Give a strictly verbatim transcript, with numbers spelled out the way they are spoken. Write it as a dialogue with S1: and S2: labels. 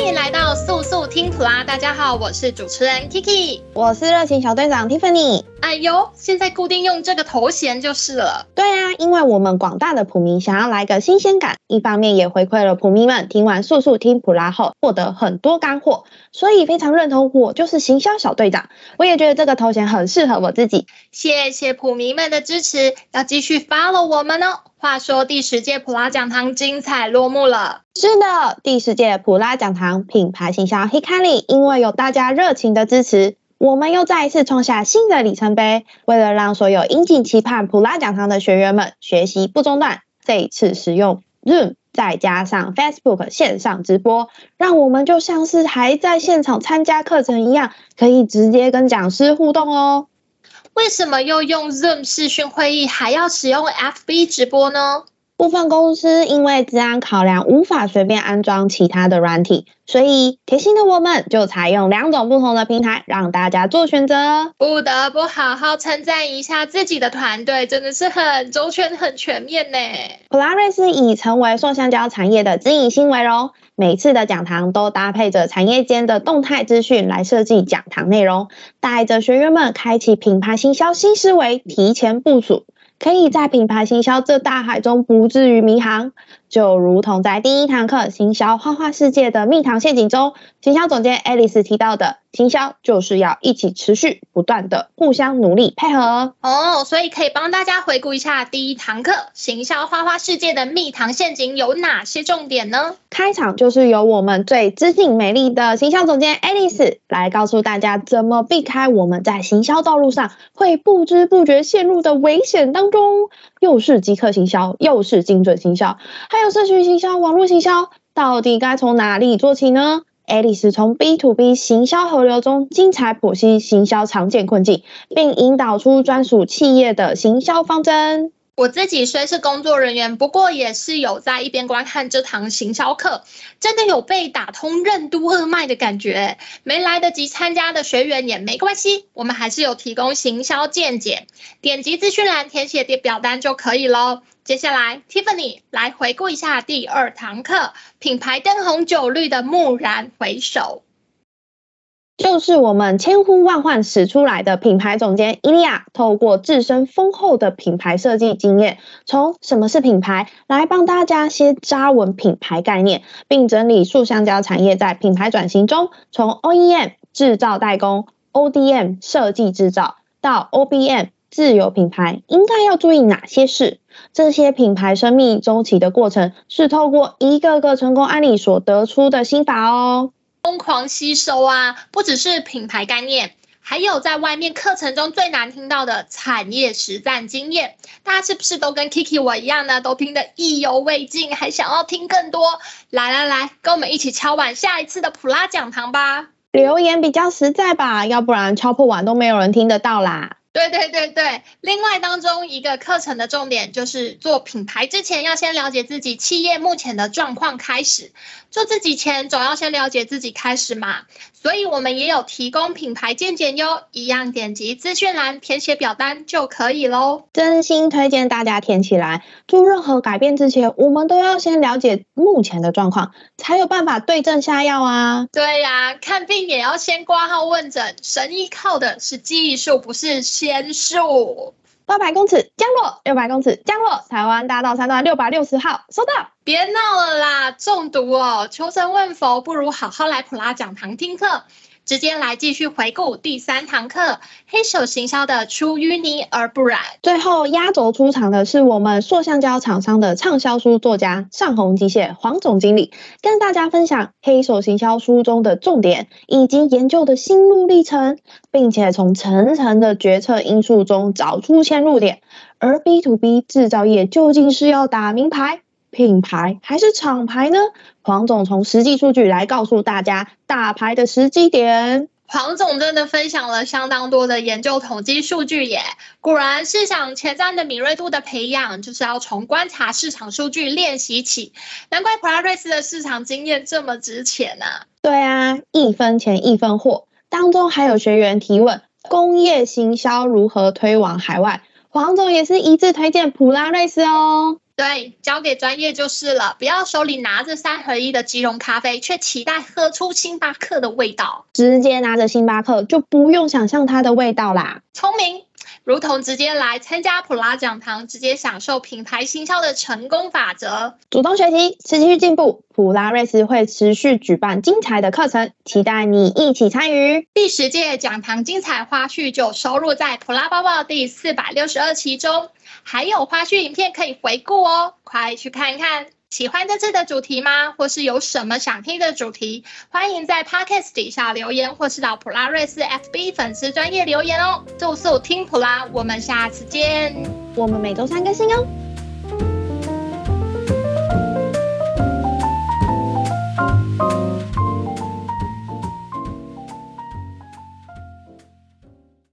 S1: 迎来到速速听普拉，大家好，我是主持人 Kiki，
S2: 我是热情小队长 Tiffany。
S1: 哎呦，现在固定用这个头衔就是了。
S2: 对啊，因为我们广大的普迷想要来个新鲜感，一方面也回馈了普迷们听完速速听普拉后获得很多干货，所以非常认同我就是行销小队长。我也觉得这个头衔很适合我自己。
S1: 谢谢普迷们的支持，要继续 follow 我们哦。话说第十届普拉讲堂精彩落幕了。
S2: 是的，第十届普拉讲堂品牌行销 Hikari 因为有大家热情的支持，我们又再一次创下新的里程碑。为了让所有殷切期盼普拉讲堂的学员们学习不中断，这一次使用 Zoom 再加上 Facebook 线上直播，让我们就像是还在现场参加课程一样，可以直接跟讲师互动哦。
S1: 为什么又用 Zoom 视讯会议还要使用 F B 直播呢？
S2: 部分公司因为资安考量无法随便安装其他的软体，所以贴心的我们就采用两种不同的平台让大家做选择。
S1: 不得不好好称赞一下自己的团队，真的是很周全很全面呢。
S2: 普拉瑞斯以成为塑橡胶产业的指引星为荣，每次的讲堂都搭配着产业间的动态资讯来设计讲堂内容，带着学员们开启品牌行销新思维，提前部署，可以在品牌行销这大海中不至于迷航。就如同在第一堂课行销花花世界的蜜糖陷阱中，行销总监 Alice 提到的，行销就是要一起持续不断的互相努力配合
S1: 哦，所以可以帮大家回顾一下第一堂课行销花花世界的蜜糖陷阱有哪些重点呢？
S2: 开场就是由我们最知性美丽的行销总监 Alice 来告诉大家怎么避开我们在行销道路上会不知不觉陷入的危险当中，又是即刻行销，又是精准行销，还有社群行销、网络行销，到底该从哪里做起呢？Alice 从 B to B 行销河流中精彩剖析行销常见困境，并引导出专属企业的行销方针。
S1: 我自己虽是工作人员，不过也是有在一边观看这堂行销课，真的有被打通任督二脉的感觉。没来得及参加的学员也没关系，我们还是有提供行销见解，点击资讯栏填写表单就可以咯。接下来 Tiffany 来回顾一下第二堂课，品牌灯红酒绿的蓦然回首。
S2: 就是我们千呼万唤使出来的品牌总监伊利亚，透过自身丰厚的品牌设计经验，从什么是品牌来帮大家先扎稳品牌概念，并整理塑橡胶产业在品牌转型中，从 O E M 制造代工、O D M 设计制造到 O B M 自有品牌应该要注意哪些事。这些品牌生命周期的过程是透过一个个成功案例所得出的心法哦。
S1: 疯狂吸收啊，不只是品牌概念，还有在外面课程中最难听到的产业实战经验。大家是不是都跟 Kiki 我一样呢？都听得意犹未尽，还想要听更多？来来来，跟我们一起敲碗下一次的普拉讲堂吧。
S2: 留言比较实在吧，要不然敲破碗都没有人听得到啦。
S1: 对对对对，另外当中一个课程的重点就是做品牌之前要先了解自己企业目前的状况开始，做自己前总要先了解自己开始嘛，所以我们也有提供品牌见解哟，一样点击资讯栏填写表单就可以咯。
S2: 真心推荐大家填起来，做任何改变之前，我们都要先了解目前的状况，才有办法对症下药啊。
S1: 对呀、啊，看病也要先挂号问诊，神医靠的是技术，不是仙术。
S2: 八百公尺降落，六百公尺降落，台湾大道三段六百六十号，收到。
S1: 别闹了啦，中毒哦！求神问佛，不如好好来普拉讲堂听课。直接来继续回顾第三堂课，黑手行销的出淤泥而不染。
S2: 最后压轴出场的是我们塑橡胶厂商的畅销书作家上红机械黄总经理，跟大家分享黑手行销书中的重点以及研究的心路历程，并且从层层的决策因素中找出切入点。而 B to B 制造业究竟是要打名牌、品牌还是厂牌呢？黄总从实际数据来告诉大家大牌的时机点。
S1: 黄总真的分享了相当多的研究统计数据耶，果然市场前瞻的敏锐度的培养就是要从观察市场数据练习起，难怪普拉瑞斯的市场经验这么值钱啊。
S2: 对啊，一分钱一分货。当中还有学员提问工业行销如何推往海外，黄总也是一致推荐普拉瑞斯哦。
S1: 对，交给专业就是了，不要手里拿着三合一的即溶咖啡，却期待喝出星巴克的味道。
S2: 直接拿着星巴克就不用想象它的味道啦。
S1: 聪明，如同直接来参加普拉讲堂，直接享受品牌行销的成功法则。
S2: 主动学习，持续进步，普拉瑞斯会持续举办精彩的课程，期待你一起参与。
S1: 第十届讲堂精彩花絮就收录在普拉包报第四百六十二期中，还有花絮影片可以回顾哦，快去看看。喜欢这次的主题吗？或是有什么想听的主题？欢迎在 Podcast 底下留言，或是到普拉瑞斯 F B 粉丝专页留言哦。速速听普拉，我们下次见。
S2: 我们每周三更新哦。